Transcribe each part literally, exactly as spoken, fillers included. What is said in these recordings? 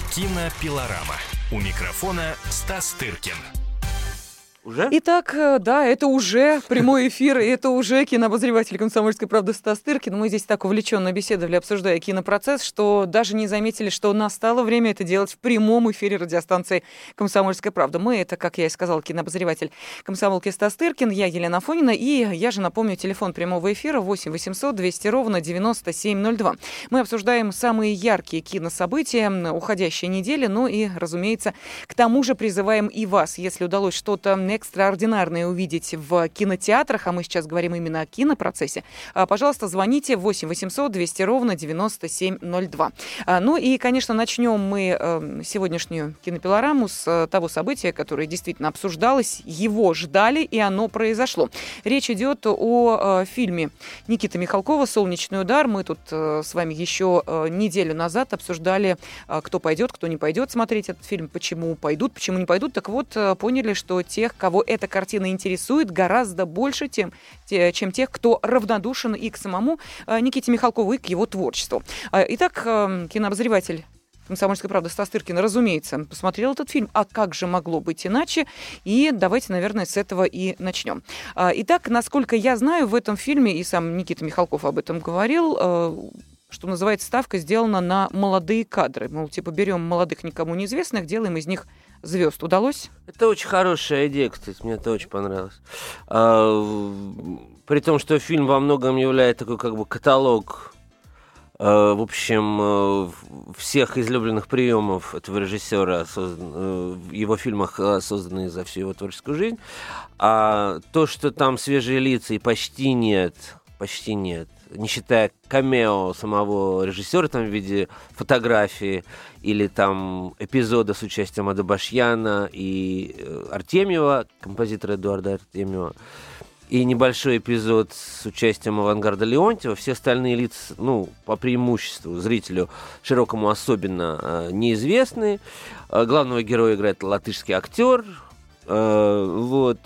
Кинопилорама. У микрофона Стас Тыркин. Уже? Итак, да, это уже прямой эфир, и это уже кинообозреватель «Комсомольской правды» Стас Тыркин. Мы здесь так увлеченно беседовали, обсуждая кинопроцесс, что даже не заметили, что настало время это делать в прямом эфире радиостанции «Комсомольская правда». Мы, это, как я и сказала, кинообозреватель комсомолки Стас Тыркин, я Елена Афонина, и я же напомню, телефон прямого эфира восемь восемьсот двести ровно девяносто семь ноль два. Мы обсуждаем самые яркие кинособытия уходящей недели, ну и, разумеется, к тому же призываем и вас, если удалось что-то экстраординарное увидеть в кинотеатрах, а мы сейчас говорим именно о кинопроцессе, пожалуйста, звоните восемь восемьсот двести ровно девяносто семь ноль два. Ну и, конечно, начнем мы сегодняшнюю кинопилораму с того события, которое действительно обсуждалось, его ждали, и оно произошло. Речь идет о фильме Никиты Михалкова «Солнечный удар». Мы тут с вами еще неделю назад обсуждали, кто пойдет, кто не пойдет смотреть этот фильм, почему пойдут, почему не пойдут. Так вот, поняли, что тех, кого эта картина интересует, гораздо больше, тем, те, чем тех, кто равнодушен и к самому Никите Михалкову, и к его творчеству. Итак, кинообозреватель «Комсомольской правды» Стас Тыркин, разумеется, посмотрел этот фильм, а как же могло быть иначе? И давайте, наверное, с этого и начнем. Итак, насколько я знаю, в этом фильме, и сам Никита Михалков об этом говорил, что называется, ставка сделана на молодые кадры. Мол, типа, берем молодых, никому неизвестных, делаем из них звезд. Удалось? Это очень хорошая идея, кстати, мне это очень понравилось. А, при том, что фильм во многом является такой как бы каталог, а, в общем, всех излюбленных приемов этого режиссера, создан, в его фильмах, созданные за всю его творческую жизнь. А то, что там свежие лица и почти нет, почти нет, не считая камео самого режиссера там в виде фотографии или там эпизода с участием Ады Башьяна и Артемьева, композитора Эдуарда Артемьева, и небольшой эпизод с участием Авангарда Леонтьева, все остальные лица, ну, по преимуществу зрителю широкому особенно неизвестны. Главного героя играет латышский актер, вот,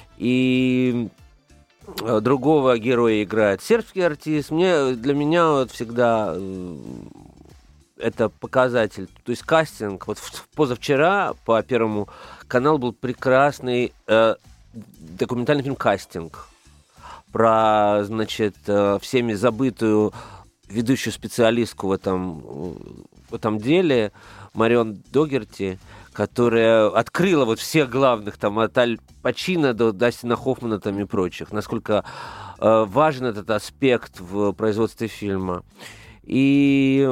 и другого героя играет сербский артист. Мне, для меня вот всегда э, это показатель. То есть кастинг. Вот позавчера по Первому каналу был прекрасный э, документальный фильм «Кастинг» про, значит, э, всеми забытую ведущую специалистку в этом, в этом деле Марион Догерти, которая открыла вот всех главных, там, от Аль Пачино до Дастина Хоффмана там, и прочих, насколько э, важен этот аспект в производстве фильма. И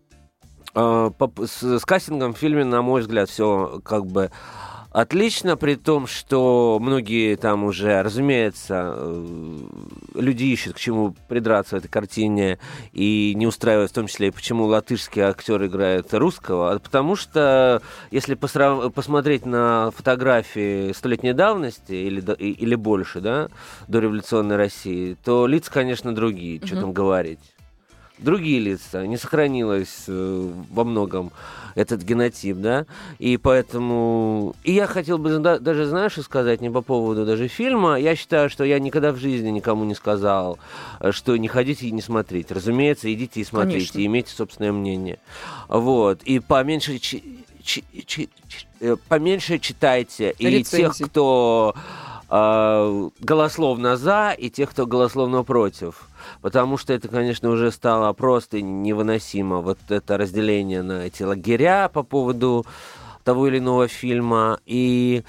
э, по, с, с кастингом в фильме, на мой взгляд, все как бы отлично, при том, что многие там уже, разумеется, люди ищут, к чему придраться в этой картине, и не устраивают в том числе, и почему латышский актер играет русского. Потому что, если посрав... посмотреть на фотографии столетней давности или, или больше, да, до революционной России, то лица, конечно, другие, mm-hmm. что там говорить. Другие лица, не сохранилось э, во многом этот генотип, да, и поэтому... И я хотел бы да, даже, знаешь, что сказать, не по поводу даже фильма, я считаю, что я никогда в жизни никому не сказал, что не ходите и не смотрите. Разумеется, идите и смотрите, Конечно. И имейте собственное мнение. Вот, и поменьше, чи- чи- чи- чи- поменьше читайте, и Рецензии. тех, кто э, голословно за, и тех, кто голословно против. Потому что это, конечно, уже стало просто невыносимо. Вот это разделение на эти лагеря по поводу того или иного фильма. И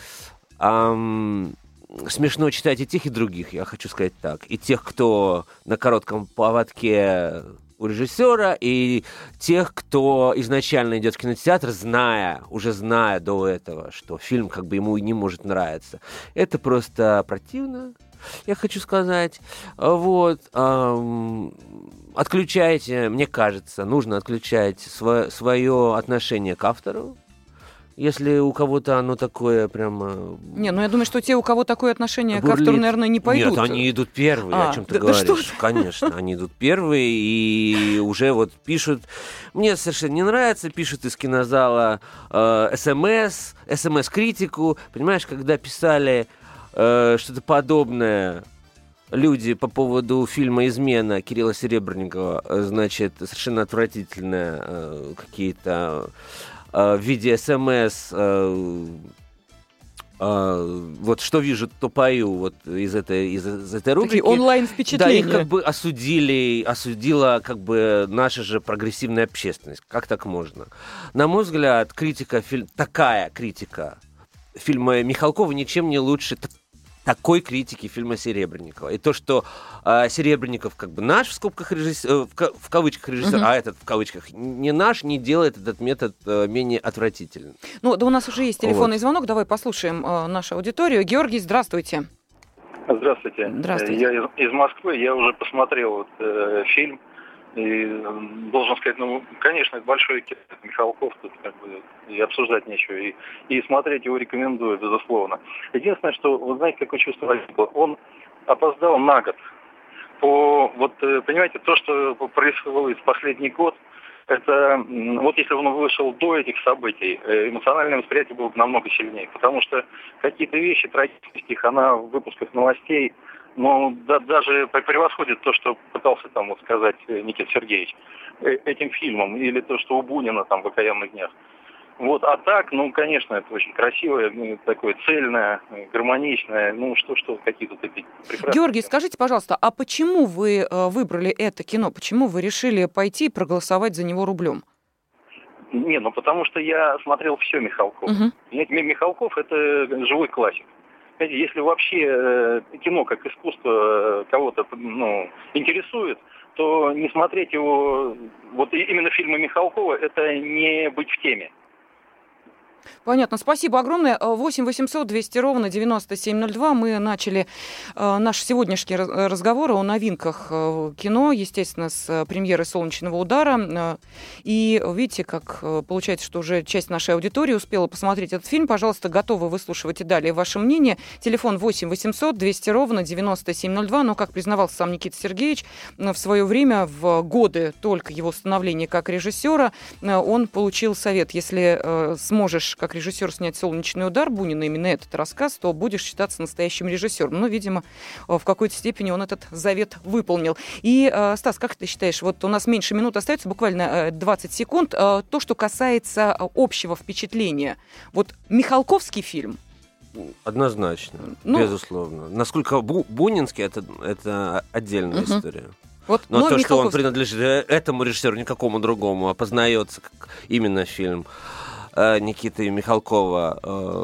эм, смешно читать и тех, и других, я хочу сказать так. И тех, кто на коротком поводке у режиссера, и тех, кто изначально идет в кинотеатр, зная, уже зная до этого, что фильм как бы ему не может нравиться. Это просто противно. Я хочу сказать, вот, эм, отключайте, мне кажется, нужно отключать сво- свое отношение к автору, если у кого-то оно такое прямо... Не, ну я думаю, что те, у кого такое отношение бурлит. к автору, наверное, не пойдут. Нет, они идут первые, а, о чем ты да, говоришь. Да Конечно, они идут первые и уже вот пишут... Мне совершенно не нравится, пишут из кинозала э, СМС, СМС-критику. Понимаешь, когда писали э, что-то подобное люди по поводу фильма «Измена» Кирилла Серебренникова, значит, совершенно отвратительные э, какие-то... в виде смс, вот что вижу, то пою, вот из этой, из, из этой рубрики. Такие онлайн-впечатления. Да, их как бы осудили, осудила как бы наша же прогрессивная общественность. Как так можно? На мой взгляд, критика, фильм, такая критика фильма Михалкова ничем не лучше такой критики фильма Серебренникова. И то, что э, Серебренников как бы наш, в скобках режиссер, в, в кавычках режиссер, uh-huh. а этот в кавычках не наш, не делает этот метод э, менее отвратительным. Ну, да у нас уже есть телефонный вот. звонок. Давай послушаем э, нашу аудиторию. Георгий, здравствуйте. Здравствуйте. Здравствуйте. Я из, из Москвы. Я уже посмотрел вот, э, фильм. И должен сказать, ну, конечно, это большой кино, Михалков, тут как бы и обсуждать нечего, и, и смотреть его рекомендую, безусловно. Единственное, что, вы знаете, какое чувство возникло, он опоздал на год. По, вот, понимаете, то, что происходило в последний год, это, вот если бы он вышел до этих событий, эмоциональное восприятие было бы намного сильнее, потому что какие-то вещи, трагических, она в выпусках новостей, но да, даже превосходит то, что пытался там вот сказать Никита Сергеевич этим фильмом, или то, что у Бунина там в «Окаянных днях». Вот, а так, ну, конечно, это очень красивое, такое цельное, гармоничное, ну, что-что, какие-то такие прекрасные. Георгий, скажите, пожалуйста, а почему вы выбрали это кино? Почему вы решили пойти и проголосовать за него рублем? Не, ну, потому что я смотрел все Михалкова. Угу. Михалков – это живой классик. Если вообще кино как искусство кого-то, ну, интересует, то не смотреть его, вот именно фильмы Михалкова, это не быть в теме. Понятно. Спасибо огромное. восемь восемьсот двести ровно девяносто семь ноль два. Мы начали э, наш сегодняшний разговор о новинках э, кино, естественно, с премьеры «Солнечного удара». Э, и видите, как э, получается, что уже часть нашей аудитории успела посмотреть этот фильм. Пожалуйста, готовы выслушивать и далее ваше мнение. Телефон восемь восемьсот двести ровно девяносто семь ноль два. Но, как признавался сам Никита Сергеевич, в свое время, в годы только его становления как режиссера, э, он получил совет: если э, сможешь как режиссер снять «Солнечный удар» Бунина, именно этот рассказ, то будешь считаться настоящим режиссером. Ну, видимо, в какой-то степени он этот завет выполнил. И, Стас, как ты считаешь, вот у нас меньше минут остается, буквально двадцать секунд, то, что касается общего впечатления. Вот Михалковский фильм. Однозначно, ну, безусловно. Насколько бу- бунинский, это, это отдельная угу. история. Вот, но, но то, Михалковский... что он принадлежит этому режиссеру, никакому другому, опознается как именно фильм Никиты Михалкова,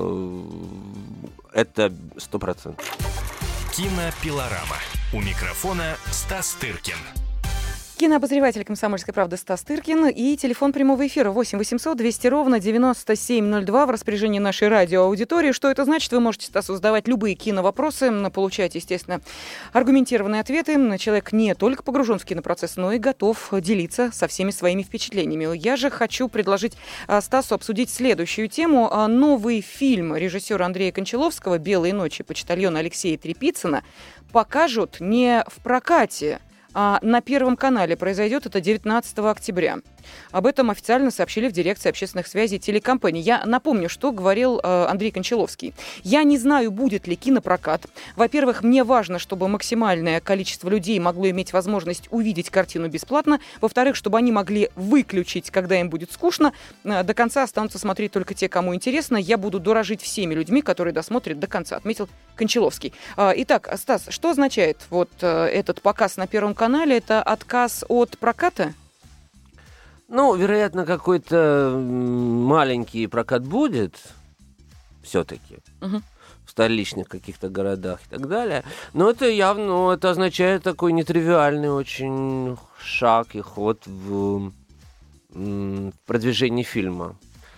это сто процентов. Кинопилорама. У микрофона Стас Тыркин. Кинообозреватель «Комсомольской правды» Стас Тыркин и телефон прямого эфира восемь восемьсот двести ровно девяносто семь ноль два в распоряжении нашей радиоаудитории. Что это значит? Вы можете, Стасу, задавать любые киновопросы, получать, естественно, аргументированные ответы. Человек не только погружен в кинопроцесс, но и готов делиться со всеми своими впечатлениями. Я же хочу предложить Стасу обсудить следующую тему. Новый фильм режиссера Андрея Кончаловского «Белые ночи» почтальона Алексея Трепицына покажут не в прокате, а на Первом канале. Произойдет это девятнадцатого октября. Об этом официально сообщили в дирекции общественных связей телекомпании. Я напомню, что говорил э, Андрей Кончаловский. «Я не знаю, будет ли кинопрокат. Во-первых, мне важно, чтобы максимальное количество людей могло иметь возможность увидеть картину бесплатно. Во-вторых, чтобы они могли выключить, когда им будет скучно. Э, до конца останутся смотреть только те, кому интересно. Я буду дорожить всеми людьми, которые досмотрят до конца», отметил Кончаловский. Э, итак, Стас, что означает вот э, этот показ на Первом канале? Это отказ от проката? Ну, вероятно, какой-то маленький прокат будет все-таки угу. в столичных каких-то городах и так далее. Но это явно, ну, это означает такой нетривиальный очень шаг и ход в, в продвижении фильма.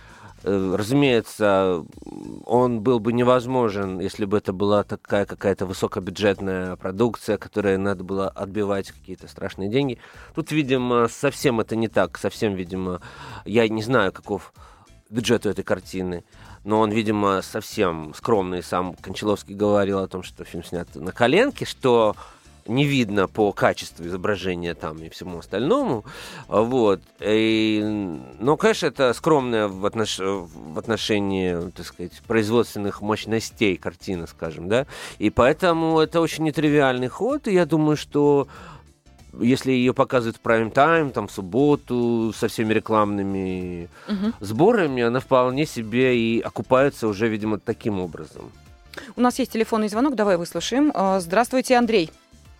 Разумеется, он был бы невозможен, если бы это была такая какая-то высокобюджетная продукция, которой надо было отбивать какие-то страшные деньги. Тут, видимо, совсем это не так. Совсем, видимо, я не знаю, каков бюджет у этой картины, но он, видимо, совсем скромный. Сам Кончаловский говорил о том, что фильм снят на коленке, что не видно по качеству изображения там и всему остальному. Вот. И, но, конечно, это скромная в, отнош... в отношении, так сказать, производственных мощностей картина, скажем, да. И поэтому это очень нетривиальный ход, и я думаю, что если ее показывают в прайм-тайм, там, в субботу, со всеми рекламными угу. сборами, она вполне себе и окупается уже, видимо, таким образом. У нас есть телефонный звонок, давай выслушаем. Здравствуйте, Андрей.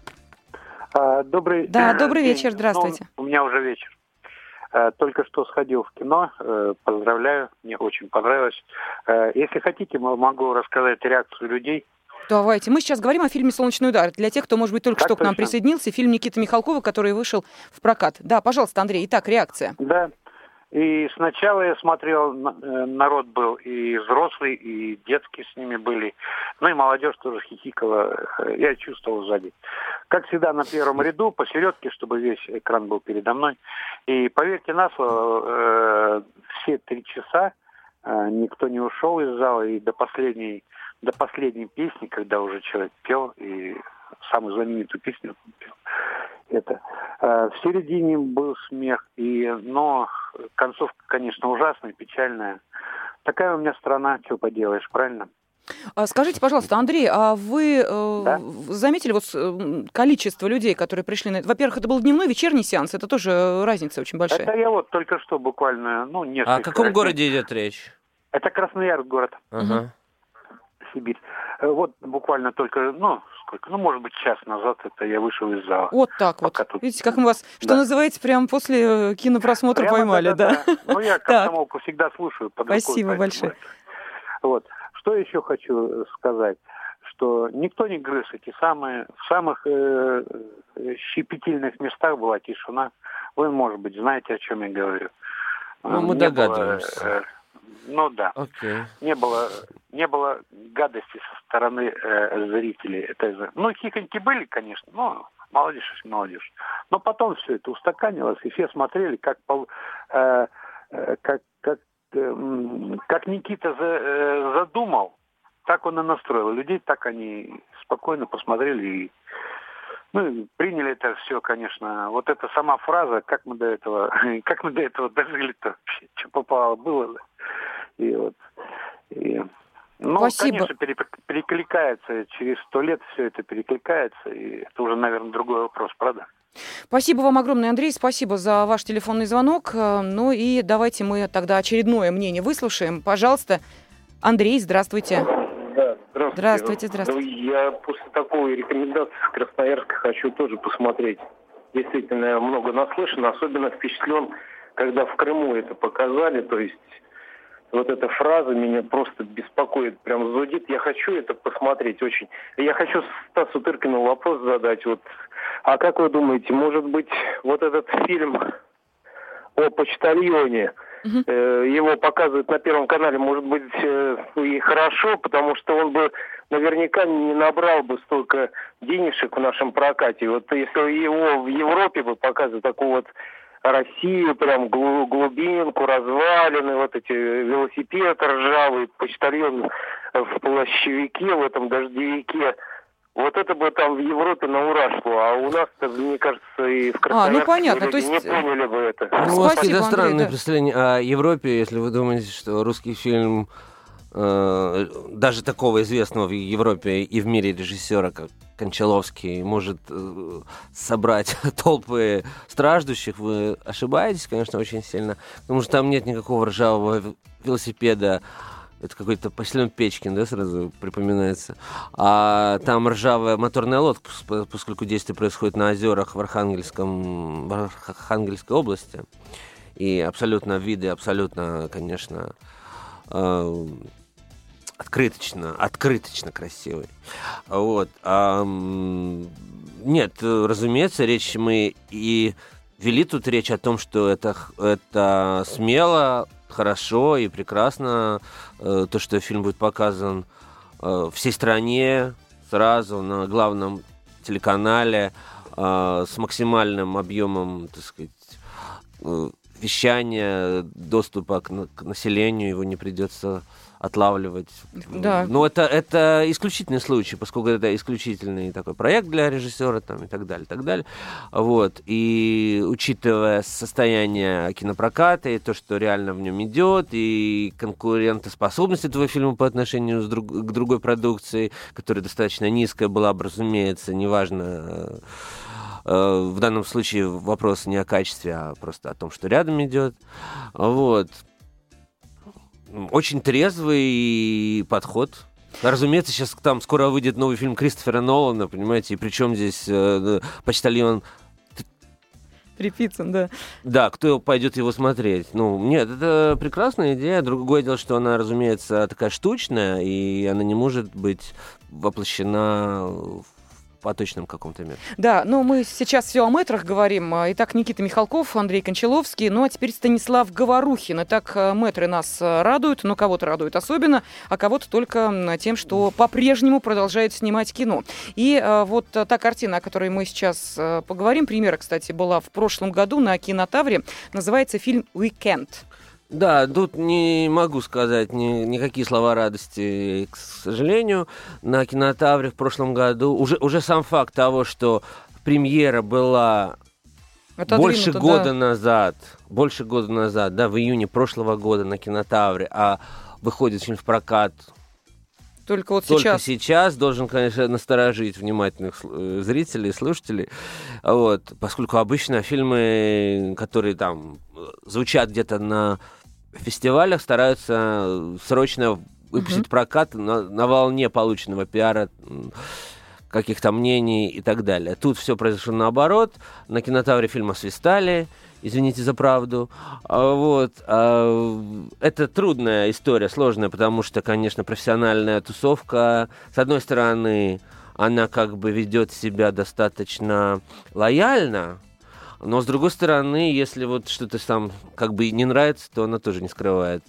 Добрый, да, добрый день. вечер, здравствуйте. Ну, у меня уже вечер. Только что сходил в кино, поздравляю, мне очень понравилось. Если хотите, могу рассказать реакцию людей. Давайте. Мы сейчас говорим о фильме «Солнечный удар». Для тех, кто, может быть, только так что точно. к нам присоединился, фильм Никиты Михалкова, который вышел в прокат. Да, пожалуйста, Андрей. Итак, реакция. Да. И сначала я смотрел, народ был и взрослый, и детские с ними были. Ну и молодежь тоже хихикала. Я чувствовал сзади. Как всегда, на первом ряду, посередке, чтобы весь экран был передо мной. И поверьте на слово, все три часа никто не ушел из зала. И до последней, до последней песни, когда уже человек пел, и самую знаменитую песню он пел, это. В середине был смех, и, но концовка, конечно, ужасная, печальная. Такая у меня страна, что поделаешь, правильно? Скажите, пожалуйста, Андрей, а вы да? э, заметили вот количество людей, которые пришли на... Во-первых, это был дневной, вечерний сеанс, это тоже разница очень большая. Это я вот только что буквально, ну, несколько... А о каком городе идет речь? Это Красноярск город. Ага. Сибирь. Вот буквально только, ну, сколько, ну, может быть, час назад это я вышел из зала. Вот так вот. Тут... Видите, как мы вас, что да. называется, прямо после кинопросмотра прямо поймали, да? да? да. Ну, я комсомолку всегда слушаю. Под Спасибо рукой, большое. Вот. Что еще хочу сказать? Что никто не грыз эти самые... В самых э, щепетильных местах была тишина. Вы, может быть, знаете, о чем я говорю. Ну, мы не догадываемся. Было, э, ну, да. Okay. Не было, не было гадости со стороны э, зрителей. Это, ну, хихоньки были, конечно, но молодежь, молодежь. Но потом все это устаканилось, и все смотрели, как, э, э, как, как, э, как Никита за, э, задумал, так он и настроил людей, так они спокойно посмотрели и ну, приняли это все, конечно. Вот эта сама фраза, как мы до этого, как мы до этого дожили-то вообще, что попало, было. И вот, и, ну, Спасибо. конечно, перекликается, через сто лет все это перекликается, и это уже, наверное, другой вопрос, правда? Спасибо вам огромное, Андрей, спасибо за ваш телефонный звонок. Ну и давайте мы тогда очередное мнение выслушаем. Пожалуйста, Андрей, здравствуйте. Да, здравствуйте. Здравствуйте, здравствуйте. Ну, я после такой рекомендации с Красноярска хочу тоже посмотреть. Действительно, я много наслышан, особенно впечатлен, когда в Крыму это показали, то есть вот эта фраза меня просто беспокоит, прям зудит. Я хочу это посмотреть очень. Я хочу Стасу Тыркину вопрос задать. Вот, а как вы думаете, может быть, вот этот фильм о почтальоне, uh-huh. э, его показывают на Первом канале, может быть, э, и хорошо, потому что он бы наверняка не набрал бы столько денежек в нашем прокате. Вот если его в Европе бы показывают такую вот Россию, прям глубинку, развалины, вот эти велосипед ржавый, почтальон в плащевике, в этом дождевике. Вот это бы там в Европе на ура шло, а у нас-то, мне кажется, и в Красноярске а, ну, понятно. люди То есть... не поняли бы это. Ну, у вас какие-то странные Андрей, да. представления о Европе, если вы думаете, что русский фильм, э, даже такого известного в Европе и в мире режиссера, как Кончаловский, может э, собрать толпы страждущих, вы ошибаетесь, конечно, очень сильно, потому что там нет никакого ржавого велосипеда. Это какой-то почтальон Печкин, да, сразу припоминается. А там ржавая моторная лодка, поскольку действие происходит на озерах в Архангельском, в Архангельской области. И абсолютно виды, абсолютно, конечно, э, открыточно, открыточно красивый. Вот. А, нет, разумеется, речь мы и вели тут речь о том, что это, это смело, хорошо и прекрасно, э, то, что фильм будет показан э, всей стране сразу на главном телеканале э, с максимальным объемом, так сказать, э, вещания, доступа к, к населению, его не придется отлавливать. Да. Но это, это исключительный случай, поскольку это исключительный такой проект для режиссера там, и так далее, и так далее. Вот. И учитывая состояние кинопроката и то, что реально в нем идет, и конкурентоспособность этого фильма по отношению с друг, к другой продукции, которая достаточно низкая была бы, разумеется, неважно, В данном случае вопрос не о качестве, а просто о том, что рядом идет. Вот. Очень трезвый подход. Разумеется, сейчас там скоро выйдет новый фильм Кристофера Нолана, понимаете, и причем здесь э, почтальон Трепицын, да. Да, кто пойдет его смотреть? Ну, нет, это прекрасная идея. Другое дело, что она, разумеется, такая штучная, и она не может быть воплощена в по точном каком-то метре. Да, но мы сейчас все о мэтрах говорим. Итак, Никита Михалков, Андрей Кончаловский, ну а теперь Станислав Говорухин. Итак, мэтры нас радуют, но кого-то радуют особенно, а кого-то только тем, что по-прежнему продолжает снимать кино. И а, вот та картина, о которой мы сейчас а, поговорим, премьера, кстати, была в прошлом году на Кинотавре, называется фильм «Weekend». Да, тут не могу сказать ни, никакие слова радости, к сожалению. На Кинотавре в прошлом году уже, уже сам факт того, что премьера была больше года да. назад, больше года назад, да, в июне прошлого года на Кинотавре, а выходит фильм в прокат только вот Только сейчас. сейчас должен, конечно, насторожить внимательных зрителей, слушателей, вот, поскольку обычно фильмы, которые там звучат где-то на фестивалях, стараются срочно выпустить uh-huh. прокат на, на волне полученного пиара, каких-то мнений и так далее. Тут все произошло наоборот. На Кинотавре фильм освистали, извините за правду. Вот. Это трудная история, сложная, потому что, конечно, профессиональная тусовка, с одной стороны, она как бы ведет себя достаточно лояльно, но с другой стороны, если вот что-то там как бы не нравится, то она тоже не скрывает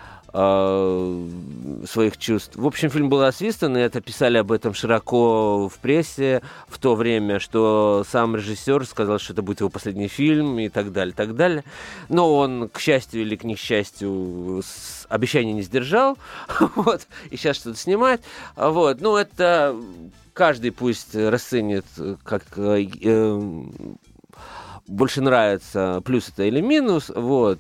э, своих чувств. В общем, фильм был освистан, и это писали об этом широко в прессе в то время, что сам режиссер сказал, что это будет его последний фильм и так далее, так далее. Но он, к счастью или к несчастью, обещания не сдержал, вот, и сейчас что-то снимает. Вот. Ну, это каждый пусть расценит как... Э, больше нравится, плюс это или минус, вот.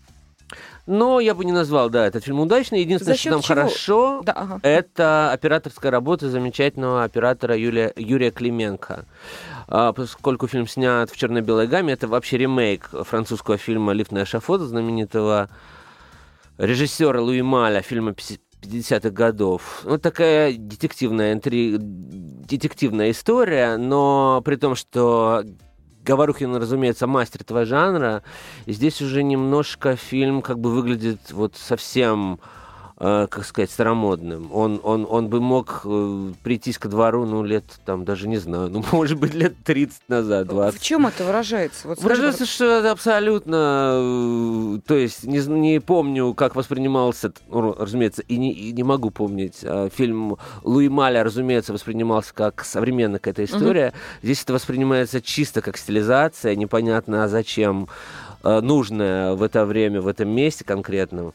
Но я бы не назвал, да, этот фильм удачный. Единственное, что нам чего? хорошо, да, ага. это операторская работа замечательного оператора Юлия, Юрия Клименко. А, поскольку фильм снят в черно-белой гамме, это вообще ремейк французского фильма «Лифт на эшафот», знаменитого режиссера Луи Маля, фильма пятидесятых годов. Вот такая детективная, интри... детективная история, но при том, что Говорухин, разумеется, мастер этого жанра. И здесь уже немножко фильм как бы выглядит вот совсем, э, как сказать, старомодным. Он, он, он бы мог э, прийтись ко двору, ну, лет, там, даже не знаю, ну, может быть, лет тридцать назад, двадцать. В чем это выражается? Вот выражается, что это абсолютно... Э, то есть не, не помню, как воспринимался, ну, разумеется, и не, и не могу помнить. Э, фильм Луи Маля, разумеется, воспринимался как современная какая-то история. Uh-huh. Здесь это воспринимается чисто как стилизация, непонятно, а зачем нужное в это время, в этом месте конкретном.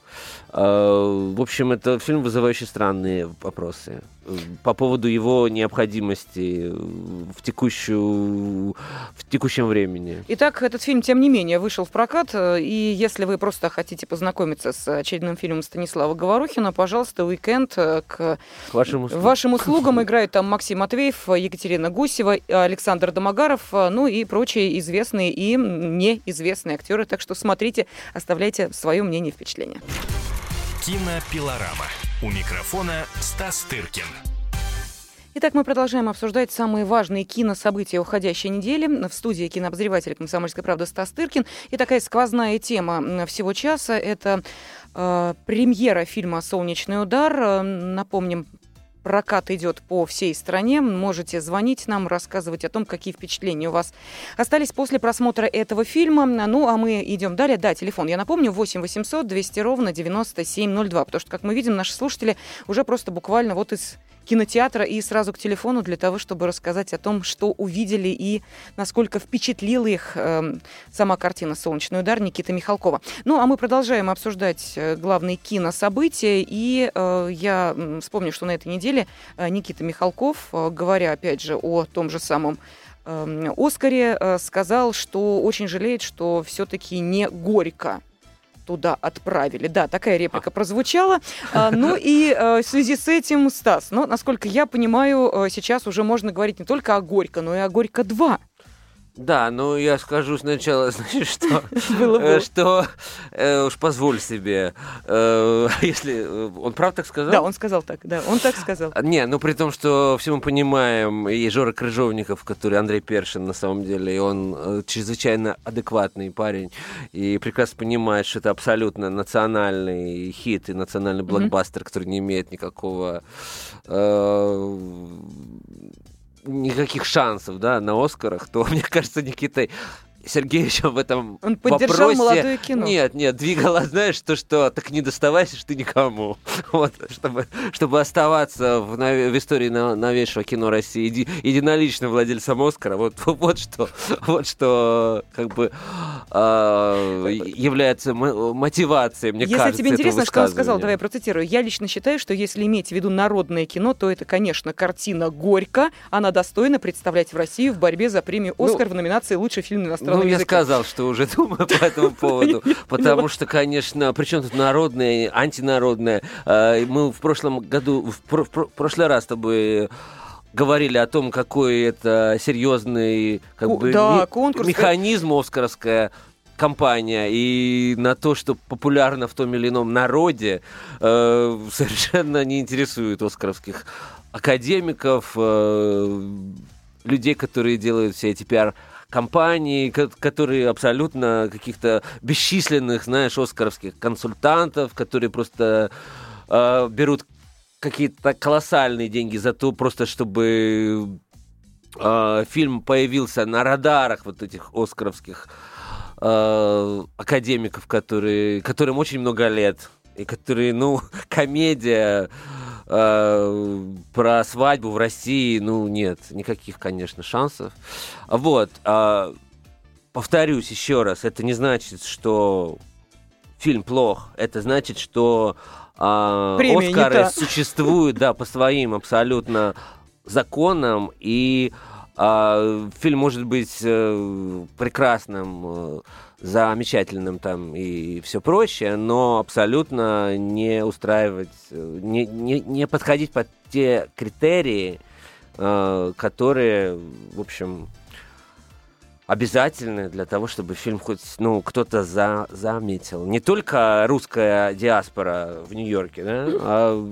В общем, это фильм, вызывающий странные вопросы по поводу его необходимости в, текущую, в текущем времени. Итак, этот фильм, тем не менее, вышел в прокат, и если вы просто хотите познакомиться с очередным фильмом Станислава Говорухина, пожалуйста, «Уикенд» к вашим услугам. вашим услугам. Играют там Максим Матвеев, Екатерина Гусева, Александр Домогаров, ну и прочие известные и неизвестные актеры. Так что смотрите, оставляйте свое мнение и впечатление. Кинопилорама. У микрофона Стас Тыркин. Итак, мы продолжаем обсуждать самые важные кинособытия уходящей недели. В студии кинообозреватель «Комсомольской правды» Стас Тыркин. И такая сквозная тема всего часа – это э, премьера фильма «Солнечный удар». Напомним, прокат идет по всей стране. Можете звонить нам, рассказывать о том, какие впечатления у вас остались после просмотра этого фильма. Ну, а мы идем далее. Да, телефон, я напомню, восемь восемьсот двести ровно девяносто семь ноль два. Потому что, как мы видим, наши слушатели уже просто буквально вот из кинотеатра и сразу к телефону для того, чтобы рассказать о том, что увидели и насколько впечатлила их э, сама картина «Солнечный удар» Никиты Михалкова. Ну, а мы продолжаем обсуждать главные кинособытия. И э, я вспомню, что на этой неделе э, Никита Михалков, э, говоря, опять же, о том же самом э, «Оскаре», э, сказал, что очень жалеет, что все-таки не горько туда отправили. Да, такая реплика прозвучала. А, ну и а, в связи с этим, Стас, ну, насколько я понимаю, сейчас уже можно говорить не только о «Горько», но и о «Горько два». Да, ну я скажу сначала, значит, что, Было бы. э, что э, уж позволь себе, э, если э, он правда так сказал? Да, он сказал так, да, он так сказал. Не, ну при том, что все мы понимаем, и Жора Крыжовников, который Андрей Першин на самом деле, и он э, чрезвычайно адекватный парень, и прекрасно понимает, что это абсолютно национальный хит и национальный блокбастер, mm-hmm. который не имеет никакого... Э, никаких шансов, да, на Оскарах, то, мне кажется, Никита Сергеевич в этом Он поддержал вопросе... молодое кино. Нет, нет, двигала, знаешь, то, что так не доставайся ж ты никому. Вот, чтобы, чтобы оставаться в, в истории новейшего кино России еди, единоличным владельцем Оскара, вот, вот что, вот что как бы э, является мотивацией, мне если кажется, тебе интересно, что он высказывания. сказал, давай я процитирую. Я лично считаю, что если иметь в виду народное кино, то это, конечно, картина «Горько». Она достойна представлять в России в борьбе за премию «Оскар» ну, в номинации «Лучший фильм на иностранном Ну, я языке. сказал, что уже думаю по этому поводу, потому что, конечно, причем тут народное, антинародное. Мы в прошлом году, в прошлый раз с тобой говорили о том, какой это серьезный как бы, да, конкурс, механизм оскаровская компания, и на то, что популярно в том или ином народе, совершенно не интересует оскаровских академиков, людей, которые делают все эти пиар компании, которые абсолютно каких-то бесчисленных, знаешь, оскаровских консультантов, которые просто э, берут какие-то колоссальные деньги за то, просто чтобы э, фильм появился на радарах вот этих оскаровских э, академиков, которые, которым очень много лет, и которые, ну, комедия э, про свадьбу в России, ну, нет, никаких, конечно, шансов. Вот. Э, повторюсь еще раз, это не значит, что фильм плох, это значит, что э, Оскары существуют, да, по своим абсолютно законам, и э, фильм может быть э, прекрасным, э, замечательным там и все прочее, но абсолютно не устраивать, не, не, не подходить под те критерии, э, которые, в общем, обязательны для того, чтобы фильм хоть, ну, кто-то за, заметил. Не только русская диаспора в Нью-Йорке, да, а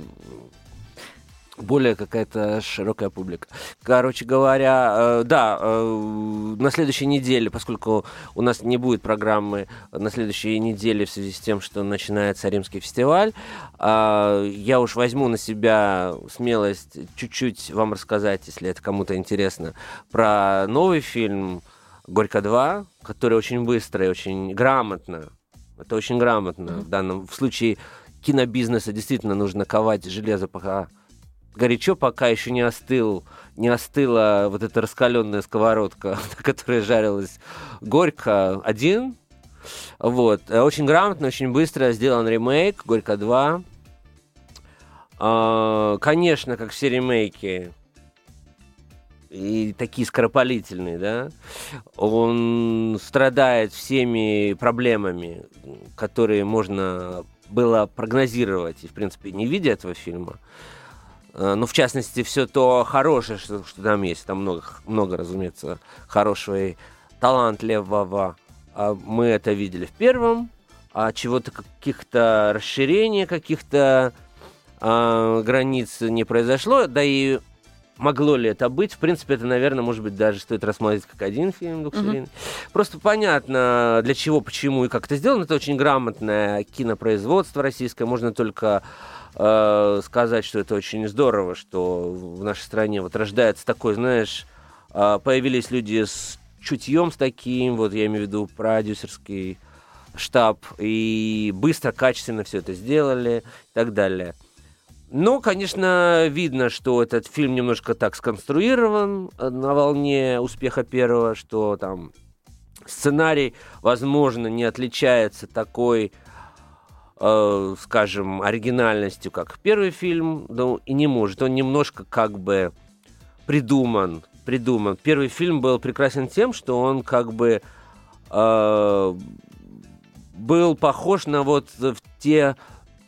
более какая-то широкая публика. Короче говоря, э, да, э, на следующей неделе, поскольку у нас не будет программы на следующей неделе в связи с тем, что начинается Римский фестиваль, э, я уж возьму на себя смелость чуть-чуть вам рассказать, если это кому-то интересно, про новый фильм «Горько два», который очень быстро и очень грамотно, это очень грамотно в данном, в случае кинобизнеса действительно нужно ковать железо, пока горячо, пока еще не остыл, не остыла вот эта раскаленная сковородка, на которой жарилась «Горько один». Вот. Очень грамотно, очень быстро сделан ремейк «Горько два». Конечно, как все ремейки, и такие скоропалительные, да, он страдает всеми проблемами, которые можно было прогнозировать, и, в принципе, не видя этого фильма. Ну, в частности, все то хорошее, что, что там есть. Там много, много, разумеется, хорошего и талантливого. Мы это видели в первом. А чего-то, каких-то расширений, каких-то а, границ не произошло. Да и могло ли это быть? В принципе, это, наверное, может быть, даже стоит рассматривать как один фильм двухсерийный. Mm-hmm. Просто понятно, для чего, почему и как это сделано. Это очень грамотное кинопроизводство российское. Можно только сказать, что это очень здорово, что в нашей стране вот рождается такой, знаешь, появились люди с чутьем с таким, вот я имею в виду продюсерский штаб, и быстро, качественно все это сделали и так далее. Но, конечно, видно, что этот фильм немножко так сконструирован на волне успеха первого, что там сценарий, возможно, не отличается такой, скажем, оригинальностью, как первый фильм, но и не может. Он немножко как бы придуман. придуман. Первый фильм был прекрасен тем, что он как бы э, был похож на вот в те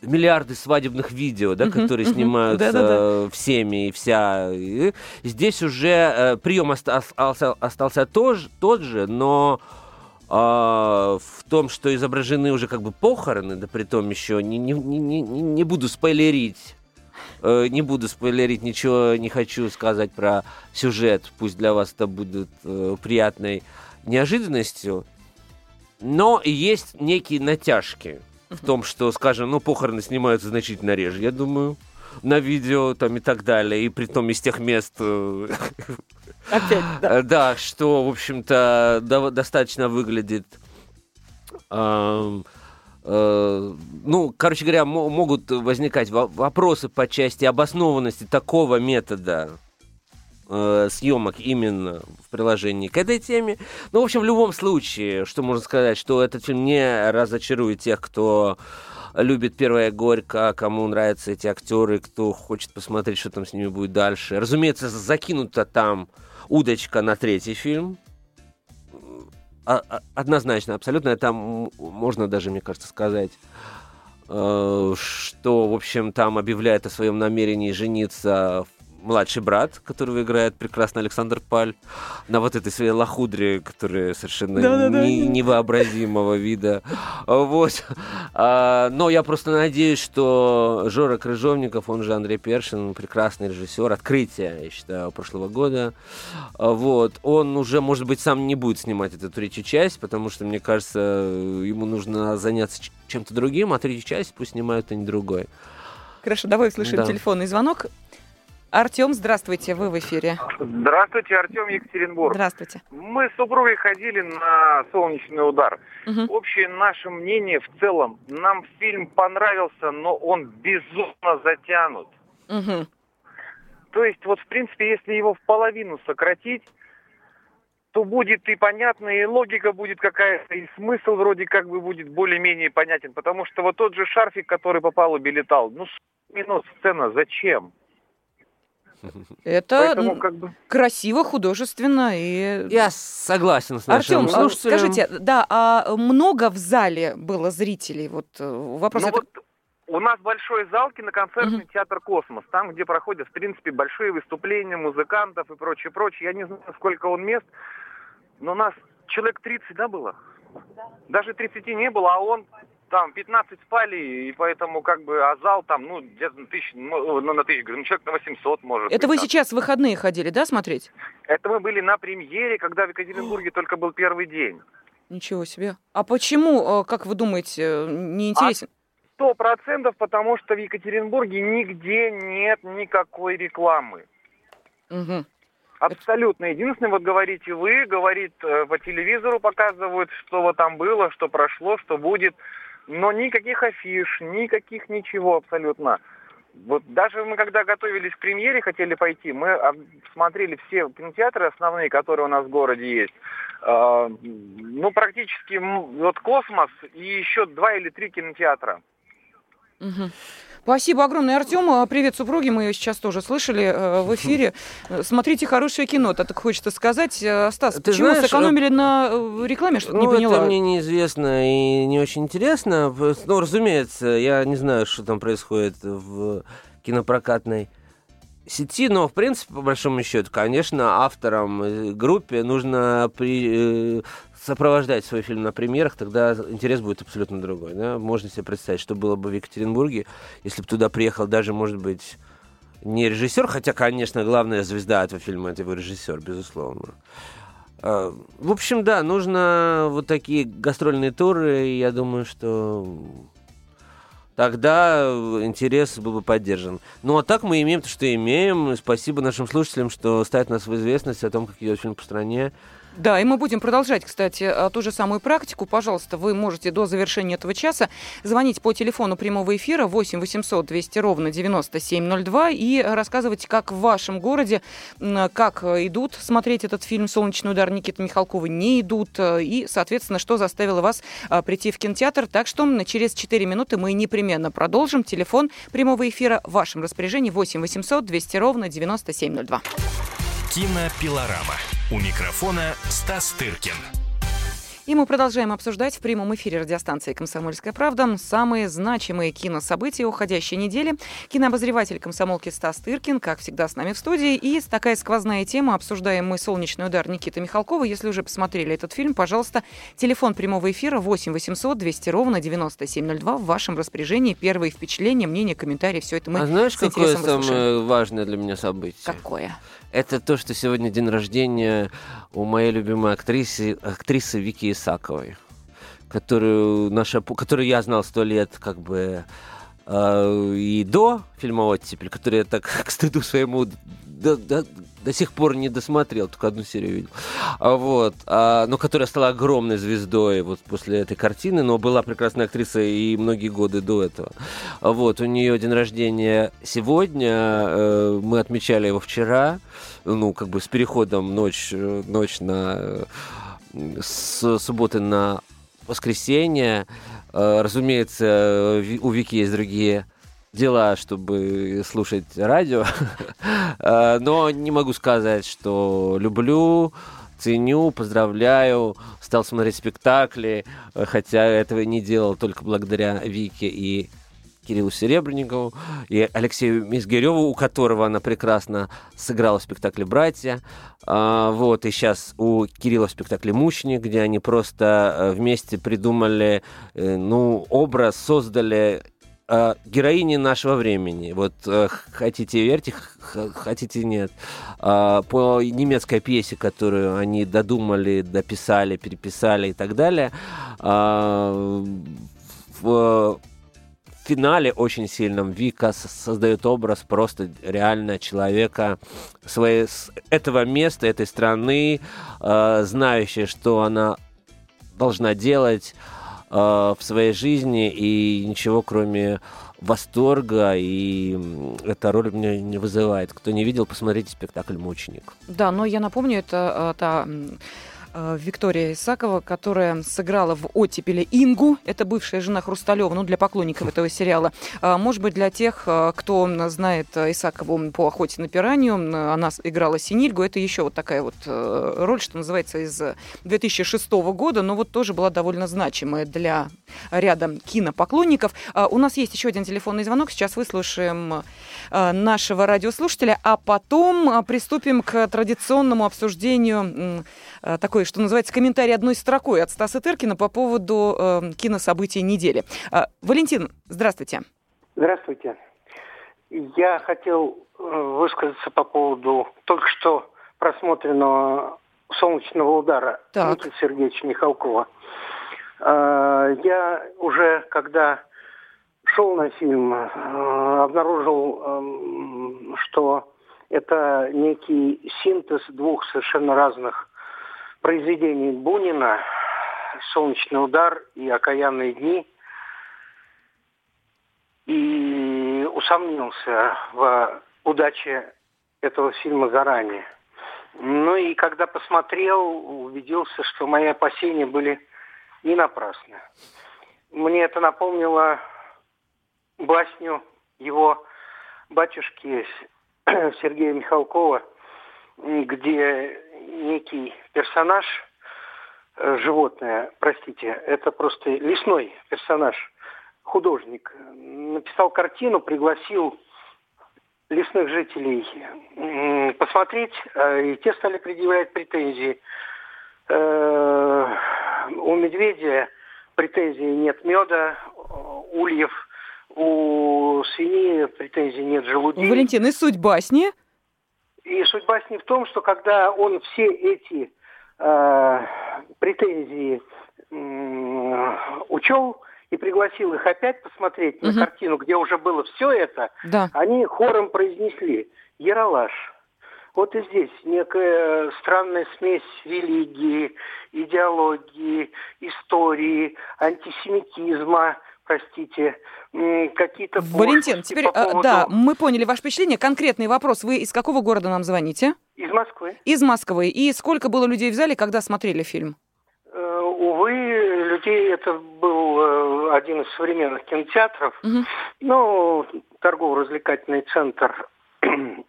миллиарды свадебных видео, да, uh-huh, которые uh-huh. снимаются uh, всеми и вся. И здесь уже э, прием остался, остался тот, тот же, но э, в том, что изображены уже как бы похороны, да притом еще не, не, не, не, не буду спойлерить. Не буду спойлерить, ничего не хочу сказать про сюжет. Пусть для вас это будет э, приятной неожиданностью. Но есть некие натяжки в том, что, скажем, ну, похороны снимаются значительно реже, я думаю, на видео там и так далее. И притом из тех мест... Опять, да. Да, что, в общем-то, до- достаточно выглядит... Э- Ну, короче говоря, м- могут возникать в- вопросы по части обоснованности такого метода э, съемок именно в приложении к этой теме. Ну, в общем, в любом случае, что можно сказать, что этот фильм не разочарует тех, кто любит «Первая горько», кому нравятся эти актеры, кто хочет посмотреть, что там с ними будет дальше. Разумеется, закинута там удочка на третий фильм. Однозначно, абсолютно. Там можно даже, мне кажется, сказать, что, в общем, там объявляет о своем намерении жениться младший брат, которого играет прекрасно Александр Паль, на вот этой своей лохудре, которая совершенно не, невообразимого вида. Вот. А, но я просто надеюсь, что Жора Крыжовников, он же Андрей Першин, прекрасный режиссер, открытие, я считаю, прошлого года. Вот. Он уже, может быть, сам не будет снимать эту третью часть, потому что, мне кажется, ему нужно заняться чем-то другим, а третью часть пусть снимают кто-нибудь другой. Хорошо, давай услышим да. телефонный звонок. Артем, здравствуйте, вы в эфире. Здравствуйте, Артем, Екатеринбург. Здравствуйте. Мы с супругой ходили на «Солнечный удар». Угу. Общее наше мнение в целом, нам фильм понравился, но он безумно затянут. Угу. То есть, вот в принципе, если его в половину сократить, то будет и понятно, и логика будет какая-то, и смысл вроде как бы будет более-менее понятен. Потому что вот тот же шарфик, который по палубе летал, ну, минут сцена, зачем? Это Поэтому, как бы... красиво, художественно и... Я согласен с нашим Артем, слушателем. скажите, да, а много в зале было зрителей? Вот вопрос... Ну это... вот у нас большой зал, киноконцертный uh-huh. театр «Космос», там, где проходят, в принципе, большие выступления музыкантов и прочее, прочее. Я не знаю, сколько он мест, но у нас человек тридцать, да, было? Да. Даже тридцати не было, а он... Там пятнадцать спали, и поэтому как бы, а зал там, ну, где-то на тысячу, ну, на тысячу, ну, человек на восемьсот, может Это быть, вы так. сейчас в выходные ходили, да, смотреть? Это мы были на премьере, когда в Екатеринбурге только был первый день. Ничего себе. А почему, как вы думаете, не интересен? Сто процентов, потому что в Екатеринбурге нигде нет никакой рекламы. Угу. Абсолютно. Единственное, вот говорите вы, говорит, по телевизору показывают, что вот там было, что прошло, что будет. Но никаких афиш, никаких ничего абсолютно. Вот даже мы, когда готовились к премьере, хотели пойти, мы смотрели все кинотеатры основные, которые у нас в городе есть. Э, ну, практически вот «Космос» и еще два или три кинотеатра. Угу. Спасибо огромное, Артем. Привет, супруги. Мы ее сейчас тоже слышали э, в эфире. Смотрите хорошее кино, так хочется сказать. Стас, Ты почему знаешь, сэкономили на рекламе, что-то ну, не поняла? Это мне неизвестно и не очень интересно. Ну, разумеется, я не знаю, что там происходит в кинопрокатной сети, но, в принципе, по большому счету, конечно, авторам группе нужно при, э, сопровождать свой фильм на премьерах, тогда интерес будет абсолютно другой. Да? Можно себе представить, что было бы в Екатеринбурге, если бы туда приехал даже, может быть, не режиссер, хотя, конечно, главная звезда этого фильма — это его режиссер, безусловно. Э, в общем, да, нужно вот такие гастрольные туры, и я думаю, что... тогда интерес был бы поддержан. Ну, а так мы имеем то, что имеем. Спасибо нашим слушателям, что ставят нас в известность о том, как идет фильм по стране. Да, и мы будем продолжать, кстати, ту же самую практику. Пожалуйста, вы можете до завершения этого часа звонить по телефону прямого эфира восемь восемьсот двести ровно девяносто семь ноль два и рассказывать, как в вашем городе, как идут смотреть этот фильм «Солнечный удар» Никиты Михалкова, не идут, и, соответственно, что заставило вас прийти в кинотеатр. Так что через четыре минуты мы непременно продолжим. Телефон прямого эфира в вашем распоряжении восемь восемьсот двести ровно девяносто семь ноль два. Кинопилорама. У микрофона Стас Тыркин. И мы продолжаем обсуждать в прямом эфире радиостанции «Комсомольская правда» самые значимые кинособытия уходящей недели. Кинообозреватель «Комсомолки» Стас Тыркин, как всегда, с нами в студии. И такая сквозная тема. Обсуждаем мы «Солнечный удар» Никиты Михалкова. Если уже посмотрели этот фильм, пожалуйста, телефон прямого эфира восемь восемьсот двести ровно девяносто семь ноль два в вашем распоряжении. Первые впечатления, мнения, комментарии, все это мы А знаешь, с какое интересом выслушаем. самое важное для меня событие? Какое? Это то, что сегодня день рождения у моей любимой актрисы, актрисы Вики Исаковой, которую, наша, которую я знал сто лет как бы э, и до фильма «Оттепель», который я так к стыду своему до, до, до сих пор не досмотрел, только одну серию видел, а, вот, а, но которая стала огромной звездой вот после этой картины, но была прекрасной актрисой и многие годы до этого. А, вот, у нее день рождения сегодня, э, мы отмечали его вчера, ну, как бы с переходом ночь, ночь на, с субботы на воскресенье. Э, разумеется, у Вики есть другие дела, чтобы слушать радио, но не могу сказать, что люблю, ценю, поздравляю, стал смотреть спектакли, хотя этого не делал только благодаря Вике и Кириллу Серебренникову и Алексею Мизгиреву, у которого она прекрасно сыграла в спектакле «Братья». А, вот, и сейчас у Кирилла в спектакле «Мученик», где они просто вместе придумали, ну, образ, создали героини нашего времени. Вот хотите верьте, хотите нет. По немецкой пьесе, которую они додумали, дописали, переписали и так далее, в финале очень сильном Вика создает образ просто реально человека своей, этого места, этой страны, знающая, что она должна делать в своей жизни, и ничего кроме восторга, и эта роль меня не вызывает. Кто не видел, посмотрите спектакль «Мученик». Да, но я напомню, это та Виктория Исакова, которая сыграла в «Оттепели» Ингу. Это бывшая жена Хрусталева, ну, для поклонников этого сериала. Может быть, для тех, кто знает Исакову по «Охоте на пиранью», она играла Синильгу. Это еще вот такая вот роль, что называется, из две тысячи шестого года, но вот тоже была довольно значимая для ряда кинопоклонников. У нас есть еще один телефонный звонок. Сейчас выслушаем нашего радиослушателя, а потом приступим к традиционному обсуждению такой, что называется, комментарий одной строкой от Стаса Тыркина по поводу э, кинособытий недели. Э, Валентин, здравствуйте. Здравствуйте. Я хотел высказаться по поводу только что просмотренного «Солнечного удара» Никиты Сергеевича Михалкова. Э, я уже, когда шел на фильм, э, обнаружил, э, что это некий синтез двух совершенно разных произведений Бунина «Солнечный удар» и «Окаянные дни», и усомнился в удаче этого фильма заранее. Ну и когда посмотрел, убедился, что мои опасения были не напрасны. Мне это напомнило басню его батюшки Сергея Михалкова, где некий персонаж, животное, простите, это просто лесной персонаж, художник, написал картину, пригласил лесных жителей посмотреть, и те стали предъявлять претензии. У медведя претензий нет меда, ульев, у свиньи претензий нет желудей. Валентин, и суть басни? И суть басни в том, что когда он все эти э, претензии э, учел и пригласил их опять посмотреть угу. на картину, где уже было все это, да. они хором произнесли «Ералаш». Вот и здесь некая странная смесь религии, идеологии, истории, антисемитизма, простите, какие-то... Валентин, теперь, по поводу... да, мы поняли ваше впечатление. Конкретный вопрос. Вы из какого города нам звоните? Из Москвы. Из Москвы. И сколько было людей в зале, когда смотрели фильм? Uh, увы, людей, это был uh, один из современных кинотеатров. Uh-huh. Ну, торгово-развлекательный центр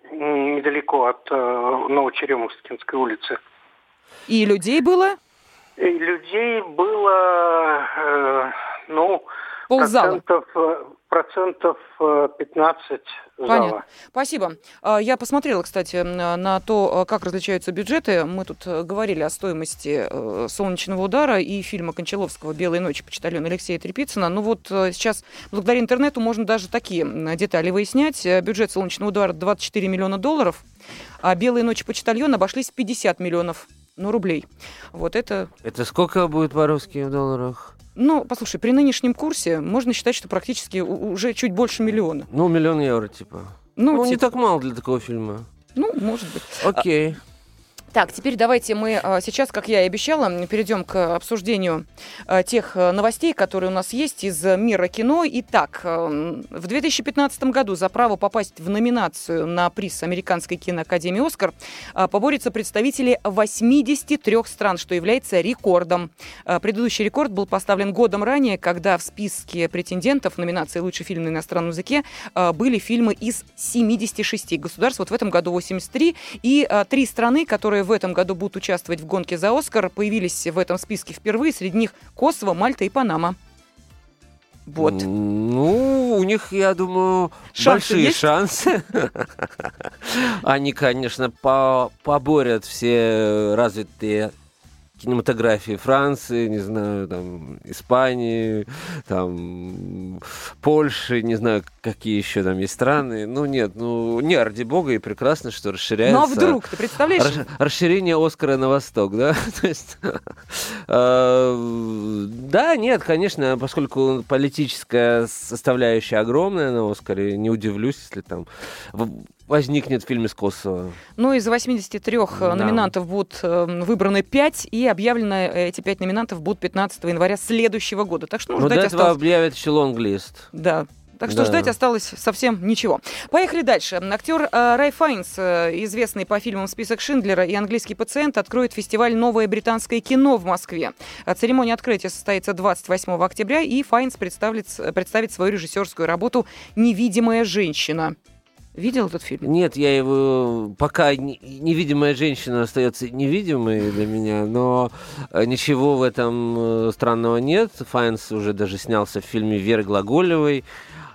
недалеко от uh, Новочеремушкинской улицы. И людей было? И людей было, э, ну, Ползала. процентов, э, процентов э, пятнадцать зала. Понятно. Спасибо. А, Я посмотрела, кстати, на то, как различаются бюджеты. Мы тут э, говорили о стоимости э, «Солнечного удара» и фильма Кончаловского «Белые ночи» почтальона Алексея Трепицына. Ну вот э, сейчас благодаря интернету можно даже такие м, детали выяснять. Э, Бюджет «Солнечного удара» двадцать четыре миллиона долларов, а «Белые ночи» почтальона обошлись в пятьдесят миллионов ну, рублей. Вот это... Это сколько будет по-русски в долларах? Ну, послушай, при нынешнем курсе можно считать, что практически у- уже чуть больше миллиона. Ну, миллион евро, типа. Ну, Ну, не типа, так мало для такого фильма. ну, может быть. Окей. Так, теперь давайте мы а, сейчас, как я и обещала, перейдем к обсуждению а, тех а, новостей, которые у нас есть из мира кино. Итак, а, в две тысячи пятнадцатом году за право попасть в номинацию на приз Американской киноакадемии «Оскар» а, поборются представители восьмидесяти трёх стран, что является рекордом. А, предыдущий рекорд был поставлен годом ранее, когда в списке претендентов в номинации «Лучший фильм на иностранном языке» а, были фильмы из семидесяти шести государств. Вот в этом году восемьдесят три. И а, три страны, которые в этом году будут участвовать в гонке за «Оскар», появились в этом списке впервые. Среди них Косово, Мальта и Панама. Вот. Ну, у них, я думаю, Шансы большие есть? шансы. Они, конечно, по- поборят все развитые кинематографии Франции, не знаю, там, Испании, там, Польши, не знаю, какие еще там есть страны. Ну, нет, ну, не, ради бога, и прекрасно, что расширяется... Ну а вдруг, ты представляешь? Расш- Расширение «Оскара» на восток, да? То есть, э, да, нет, конечно, поскольку политическая составляющая огромная на «Оскаре», не удивлюсь, если там в- возникнет фильм из Косово. Ну, из восьмидесяти трёх Да. номинантов будут э, выбраны пять, и объявлены эти пять номинантов будут пятнадцатого января следующего года. Так что, ну, Но ждать до этого осталось... объявят еще лонглист. Да. Так что Да. ждать осталось совсем ничего. Поехали дальше. Актер э, Рай Файнс, э, известный по фильмам «Список Шиндлера» и «Английский пациент», откроет фестиваль «Новое британское кино» в Москве. А церемония открытия состоится двадцать восьмого октября, и Файнс представит, представит свою режиссерскую работу «Невидимая женщина». Видел этот фильм? Нет, я его... Пока не- невидимая женщина остается невидимой для меня, но э, ничего в этом э, странного нет. Файнс уже даже снялся в фильме Веры Глаголевой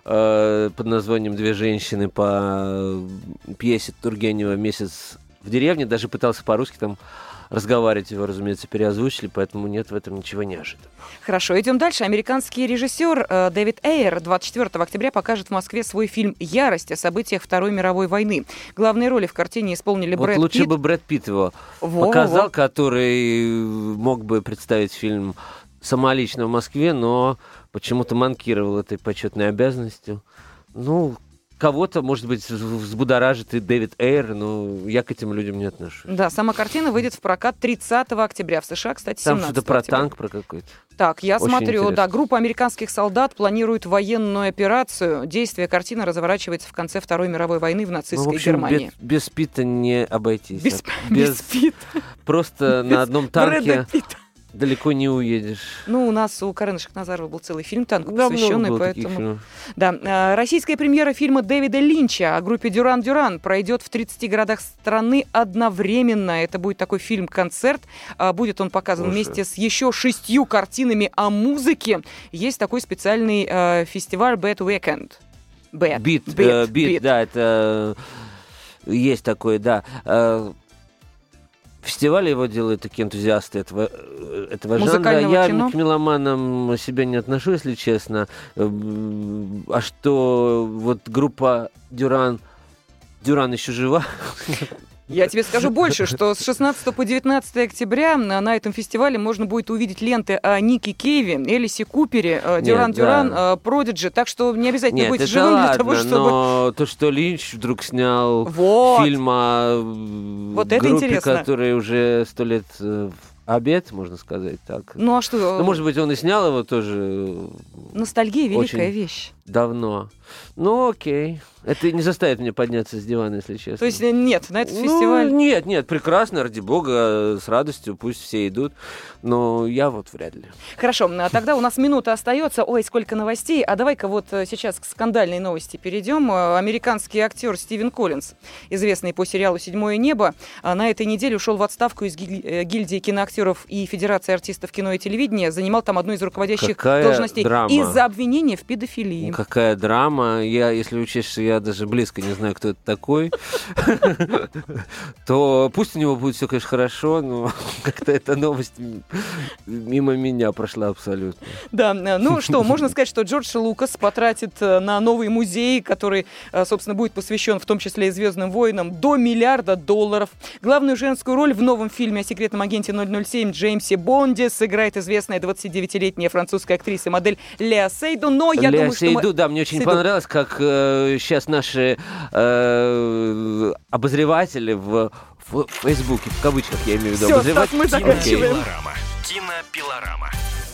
э, под названием «Две женщины» по пьесе Тургенева «Месяц в деревне». Даже пытался по-русски там разговаривать, его, разумеется, переозвучили, поэтому нет в этом ничего неожиданного. Хорошо, идем дальше. Американский режиссер э, Дэвид Эйр двадцать четвёртого октября покажет в Москве свой фильм «Ярость» о событиях Второй мировой войны. Главные роли в картине исполнили Вот Брэд лучше Питт. бы Брэд Питт его Во, показал, во. который мог бы представить фильм самолично в Москве, но почему-то манкировал этой почетной обязанностью. Ну, кого-то, может быть, взбудоражит и Дэвид Эйр, но я к этим людям не отношусь. Да, сама картина выйдет в прокат тридцатого октября. В США, кстати, Там семнадцатого что-то про октября. танк, про какой-то. Так, я Очень смотрю, интересно. да, группа американских солдат планирует военную операцию. Действие картины разворачивается в конце Второй мировой войны в Ну, нацистской в общем, Германии. без, без Питта не обойтись. Без, А без Питта. Просто Без на одном танке Брэда Питта. далеко не уедешь. Ну, у нас у Карена Шахназарова был целый фильм «Танк», Да, посвященный, много было таких поэтому... фильмов. Да, э, российская премьера фильма Дэвида Линча о группе «Дюран-Дюран» пройдет в тридцати городах страны одновременно. Это будет такой фильм-концерт. А, Будет он показан Слушай. вместе с еще шестью картинами о музыке. Есть такой специальный э, фестиваль Bad Weekend. Bad. Бит, Bad, э, бит, Bit. да, это э, есть такой, да. Э, Фестиваль его делают такие энтузиасты этого, э, этого жанра. Музыкального Я кино? к меломанам себя не отношу, если честно. Эм, А что вот группа Дюран, Дюран еще жива? Я тебе скажу больше, что с шестнадцатого по девятнадцатое октября на, на этом фестивале можно будет увидеть ленты о Нике Кейве, Элисе Купере, э, Нет, Дюран-Дюран, да. э, Продиджи. Так что не обязательно Нет, быть это живым ладно, для того, чтобы... но то, что Линч вдруг снял Вот. фильм о Вот это группе, интересно. которая уже сто лет э, в обед, можно сказать так. Ну а что? Ну, может быть, он и снял его тоже. Ностальгия — великая очень- вещь. Давно. Ну, окей. Это не заставит меня подняться с дивана, если честно. То есть нет, на этот ну, фестиваль... Нет, нет, прекрасно, ради бога, с радостью, пусть все идут. Но я вот вряд ли. Хорошо, тогда у нас минута остается. Ой, сколько новостей. А давай-ка вот сейчас к скандальной новости перейдем. Американский актер Стивен Коллинз, известный по сериалу «Седьмое небо», на этой неделе ушел в отставку из гильдии киноактеров и Федерации артистов кино и телевидения. Занимал там одну из руководящих Какая должностей драма. Из-за обвинения в педофилии. Какая драма. Я, если учесть, что я даже близко не знаю, кто это такой, то пусть у него будет все, конечно, хорошо, но как-то эта новость мимо меня прошла абсолютно. Да, ну что, можно сказать, что Джордж Лукас потратит на новый музей, который, собственно, будет посвящен в том числе и «Звездным войнам», до миллиарда долларов. Главную женскую роль в новом фильме о секретном агенте ноль ноль семь Джеймсе Бонде сыграет известная двадцатидевятилетняя французская актриса и модель Леа Сейду, но я Леа думаю, что... Сейду, мы... да, мне очень Сейду. понравилось, как э, сейчас наши э, обозреватели в, в Фейсбуке, в кавычках я имею в виду, Всё, обозреватели. Стас, мы заканчиваем. Кинопилорама. Кинопилорама.